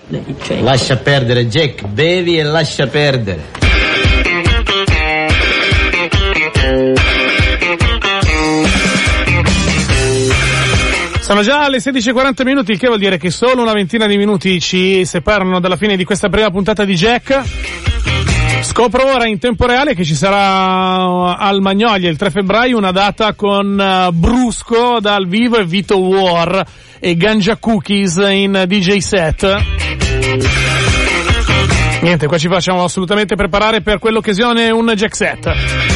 Cioè, lascia perdere, Jack, bevi e lascia perdere. Sono già le 16:40, il che vuol dire che solo una ventina di minuti ci separano dalla fine di questa prima puntata di Jack. Scopro ora in tempo reale che ci sarà al Magnolia il 3 febbraio una data con Brusco dal vivo e Vito War e Ganja Cookies in DJ set. Niente, qua ci facciamo assolutamente preparare per quell'occasione un Jack set.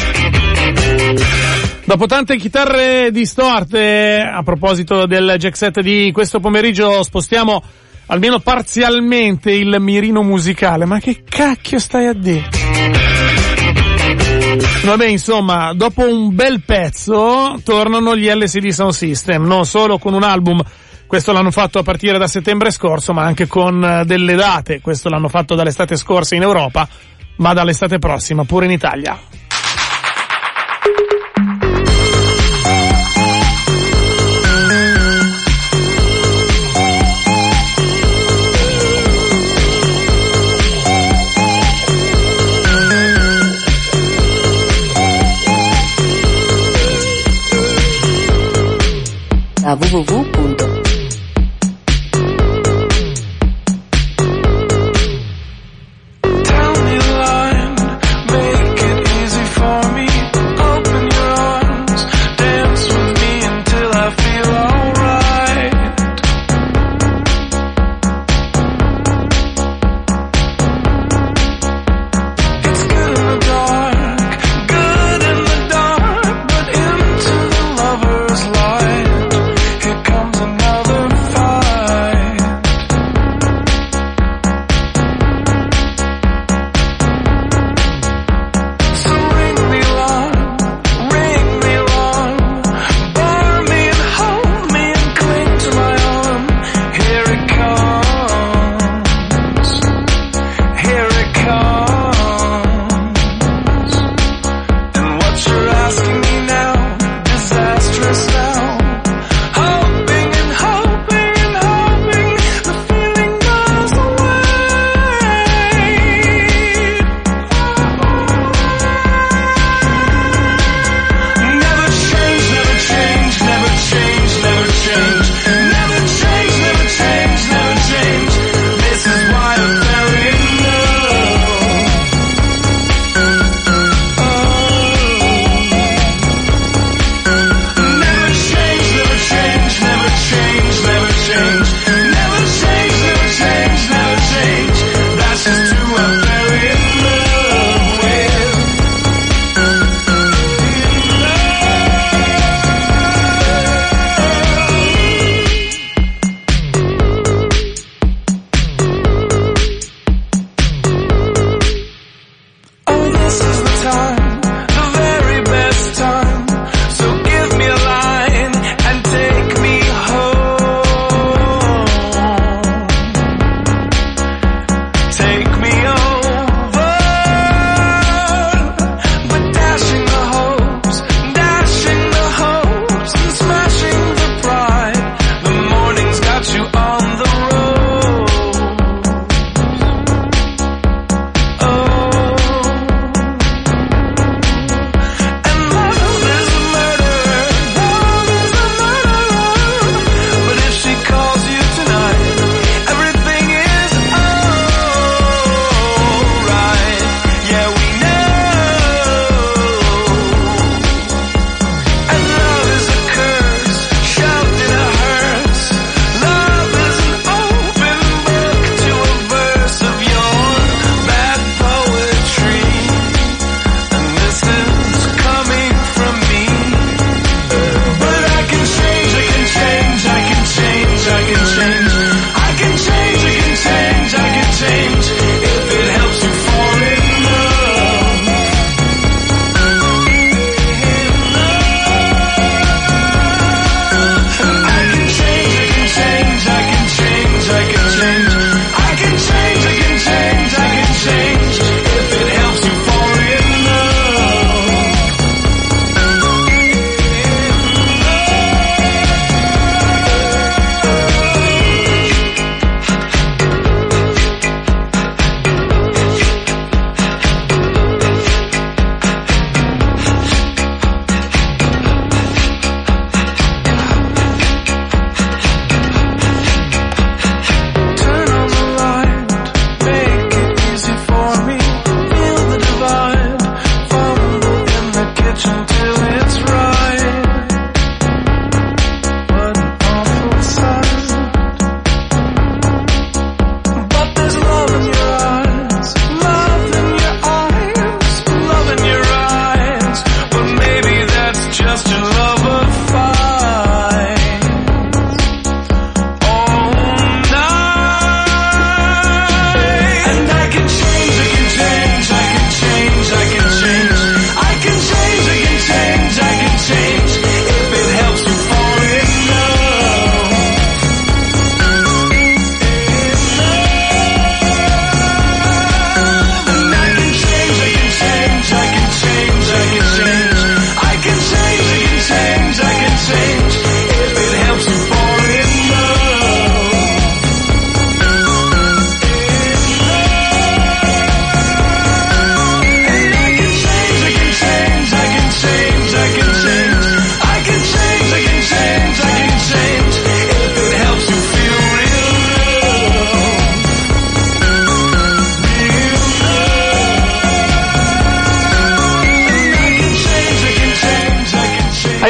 Dopo tante chitarre distorte, a proposito del Jack set di questo pomeriggio, spostiamo almeno parzialmente il mirino musicale. Ma che cacchio stai a dire? Vabbè, insomma, dopo un bel pezzo tornano gli LCD Sound System, non solo con un album, questo l'hanno fatto a partire da settembre scorso, ma anche con delle date, questo l'hanno fatto dall'estate scorsa in Europa, ma dall'estate prossima pure in Italia. A www. Come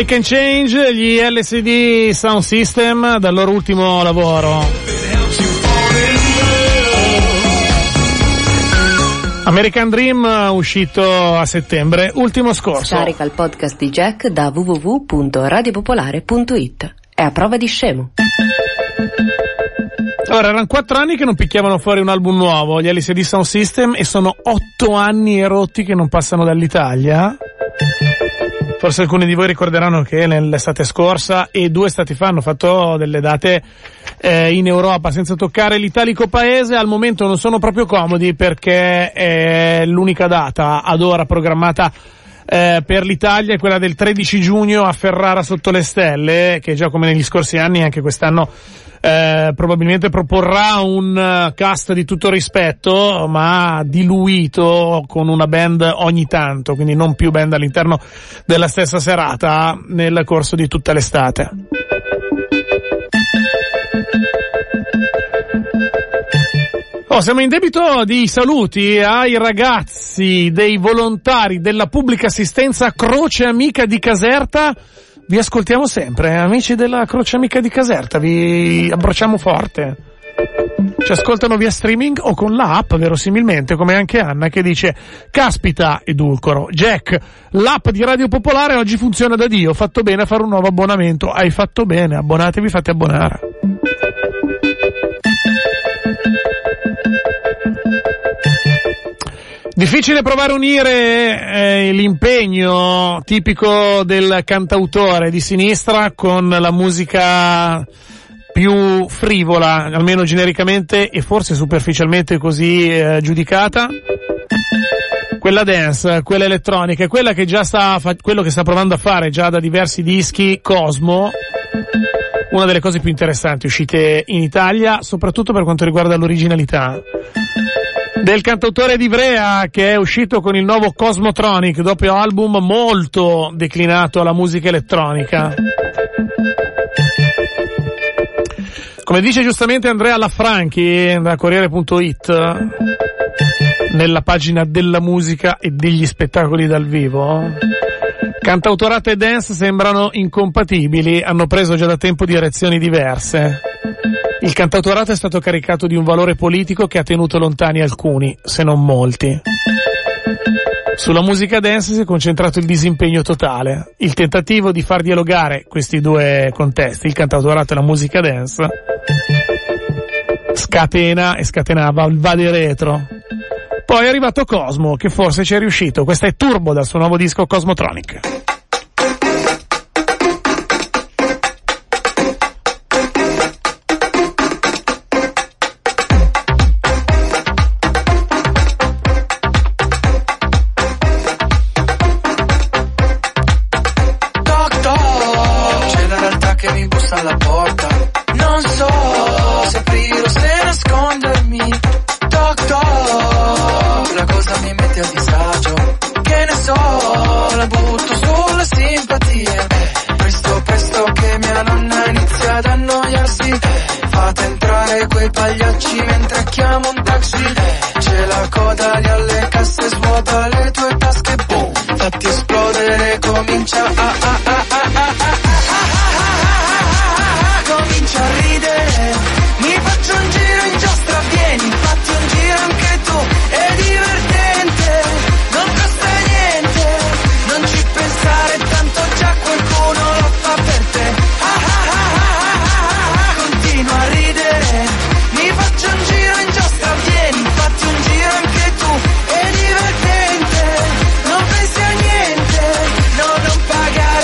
I Can Change, gli LCD Sound System, dal loro ultimo lavoro. American Dream, uscito a settembre, ultimo scorso. Carica il podcast di Jack da www.radiopopolare.it. È a prova di scemo. Allora, erano 4 anni che non picchiavano fuori un album nuovo, gli LCD Sound System, e sono 8 anni erotti che non passano dall'Italia. Forse alcuni di voi ricorderanno che nell'estate scorsa e 2 estati fa hanno fatto delle date in Europa senza toccare l'italico paese. Al momento non sono proprio comodi perché l'unica data ad ora programmata per l'Italia è quella del 13 giugno a Ferrara sotto le stelle, che già come negli scorsi anni anche quest'anno probabilmente proporrà un cast di tutto rispetto, ma diluito con una band ogni tanto, quindi non più band all'interno della stessa serata nel corso di tutta l'estate. Siamo in debito di saluti ai ragazzi dei volontari della pubblica assistenza Croce Amica di Caserta. Vi ascoltiamo sempre, amici della Croce Amica di Caserta, vi abbracciamo forte. Ci ascoltano via streaming o con l'app, verosimilmente, come anche Anna che dice: caspita, edulcoro, Jack, l'app di Radio Popolare oggi funziona da Dio, ho fatto bene a fare un nuovo abbonamento. Hai fatto bene, abbonatevi, fate abbonare. Difficile provare a unire l'impegno tipico del cantautore di sinistra con la musica più frivola, almeno genericamente e forse superficialmente così giudicata, quella dance, quella elettronica, quella che già quello che sta provando a fare già da diversi dischi Cosmo, una delle cose più interessanti uscite in Italia, soprattutto per quanto riguarda l'originalità del cantautore di Ivrea, che è uscito con il nuovo Cosmotronic, doppio album molto declinato alla musica elettronica. Come dice giustamente Andrea Lafranchi da Corriere.it, nella pagina della musica e degli spettacoli dal vivo, cantautorato e dance sembrano incompatibili, hanno preso già da tempo direzioni diverse. Il cantautorato è stato caricato di un valore politico che ha tenuto lontani alcuni, se non molti. Sulla musica dance si è concentrato il disimpegno totale. Il tentativo di far dialogare questi due contesti, il cantautorato e la musica dance, scatena e scatenava il va di retro. Poi è arrivato Cosmo, che forse ci è riuscito. Questa è Turbo dal suo nuovo disco Cosmotronic. Alla porta, non so se aprire o se nascondermi. Toc toc, la cosa mi mette a disagio. Che ne so, la butto sulla simpatia. Presto presto che mia nonna inizia ad annoiarsi. Fate entrare quei pagliacci mentre chiamo un taxi. C'è la coda lì alle casse, svuota le tue tasche, boom. Fatti esplodere, comincia comincia a ridere, mi faccio un giro in giostra, vieni, fatti un giro anche tu, è divertente, non costa niente, non ci pensare tanto, già qualcuno lo fa per te, continua a ridere, mi faccio un giro in giostra, vieni, fatti un giro anche tu, è divertente, non pensi a niente, no, non pagare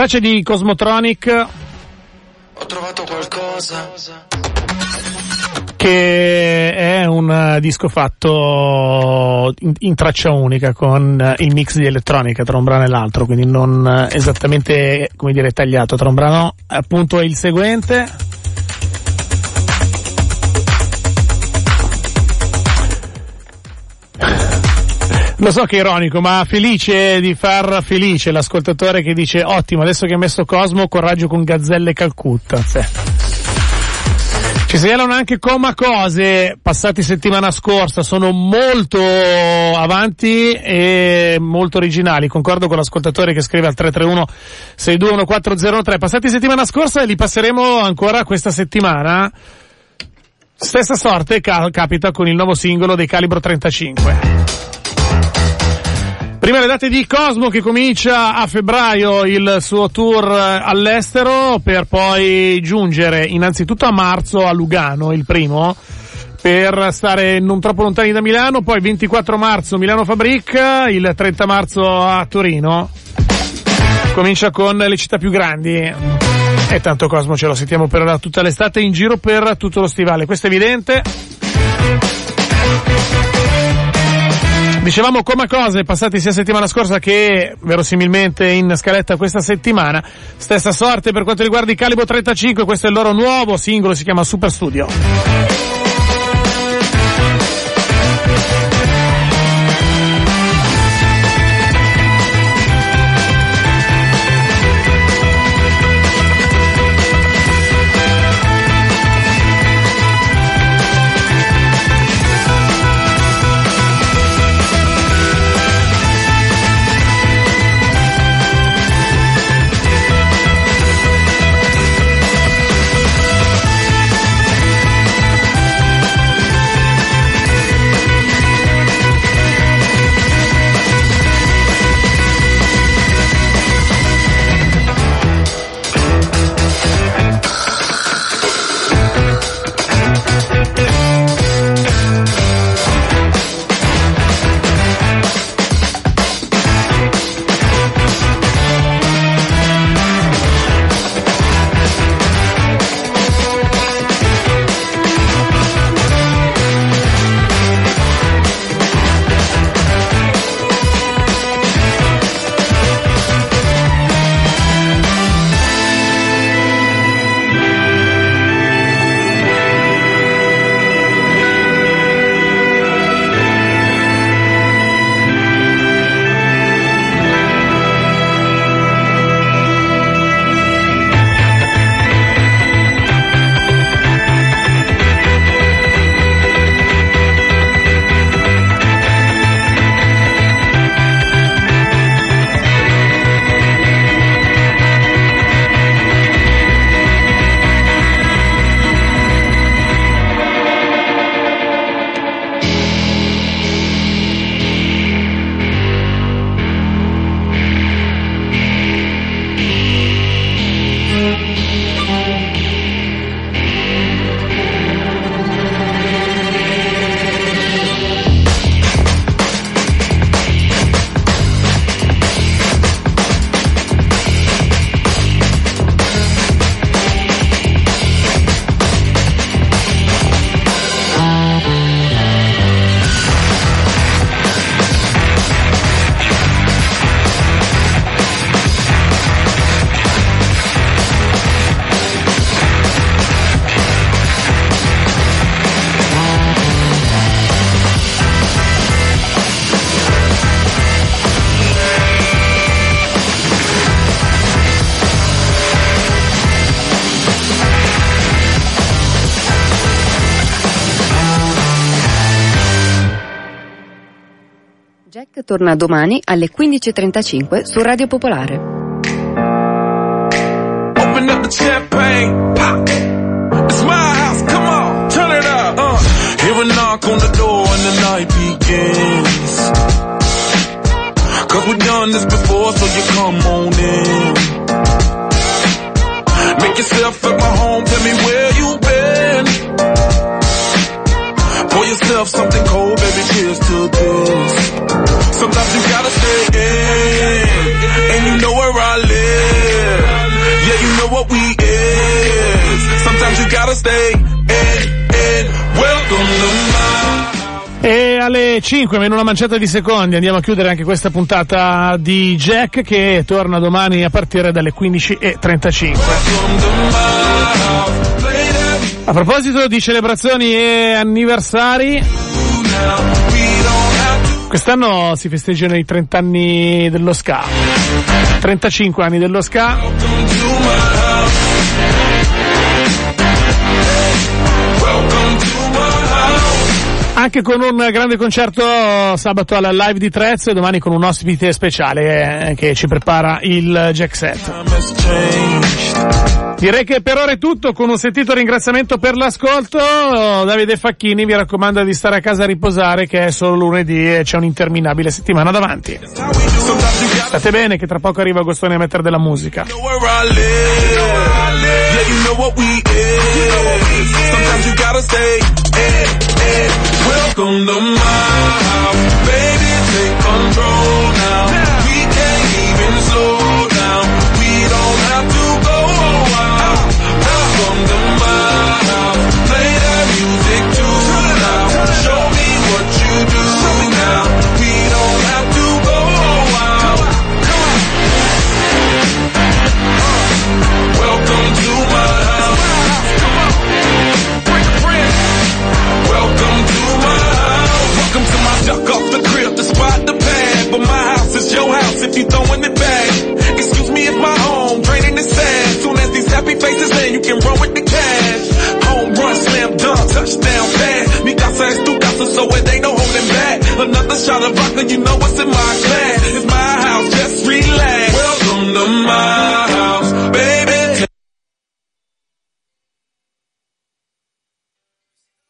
Tracce di Cosmotronic. Ho trovato qualcosa. Che è un disco fatto in traccia unica con il mix di elettronica tra un brano e l'altro, quindi non esattamente, come dire, tagliato tra un brano appunto e il seguente. Lo so che è ironico, ma felice di far felice l'ascoltatore che dice ottimo, adesso che ha messo Cosmo, coraggio con Gazzelle Calcutta. Sì. Ci segnalano anche Coma Cose, passati settimana scorsa, sono molto avanti e molto originali, concordo con l'ascoltatore che scrive al 331-621-403, passati settimana scorsa e li passeremo ancora questa settimana. Stessa sorte capita con il nuovo singolo dei Calibro 35. Prima le date di Cosmo, che comincia a febbraio il suo tour all'estero per poi giungere innanzitutto a marzo a Lugano, il primo, per stare non troppo lontani da Milano, poi 24 marzo Milano Fabric, il 30 marzo a Torino. Comincia con le città più grandi e tanto Cosmo ce lo sentiamo per tutta l'estate in giro per tutto lo stivale, questo è evidente. Dicevamo Come Cose, passati sia settimana scorsa che verosimilmente in scaletta questa settimana. Stessa sorte per quanto riguarda i Calibro 35, questo è il loro nuovo singolo, si chiama Super Studio. Jack torna domani alle 15:35 su Radio Popolare. Open up the champagne, pop. It's my house, come on, turn it up. Hear a knock on the door and the night begins. 'Cause we've done this before, so you come on in. Make yourself at my home, tell me where you've been. Pour yourself something cold, baby, cheers to this. Sometimes you gotta stay in, and you know where I live. alle 5, meno una manciata di secondi, andiamo a chiudere anche questa puntata di Jack, che torna domani a partire dalle 15:35. A proposito di celebrazioni e anniversari, quest'anno si festeggiano i 30 anni dello ska, 35 anni dello ska. Anche con un grande concerto sabato alla Live di Trezzo e domani con un ospite speciale che ci prepara il Jack Set. Direi che per ora è tutto, con un sentito ringraziamento per l'ascolto. Davide Facchini vi raccomanda di stare a casa a riposare, che è solo lunedì e c'è un'interminabile settimana davanti. State bene che tra poco arriva Agostoni a mettere della musica. Welcome to my house, baby, take control now. We can't even slow down, we don't have to go out. Welcome to my house, play that music too loud. Show me what you do now, we don't have to go out. Welcome to my house, bring a friend. Welcome to my house. Welcome to my duck off the crib, the spot, the pad. But my house is your house if you throwing it back. Excuse me if my home draining is sad. Soon as these happy faces land, you can run with the cash. Home run, slam dunk, touchdown pass. Mi casa es tu casa, so it ain't no holding back. Another shot of vodka, you know what's in my glass. It's my house, just relax. Welcome to my house.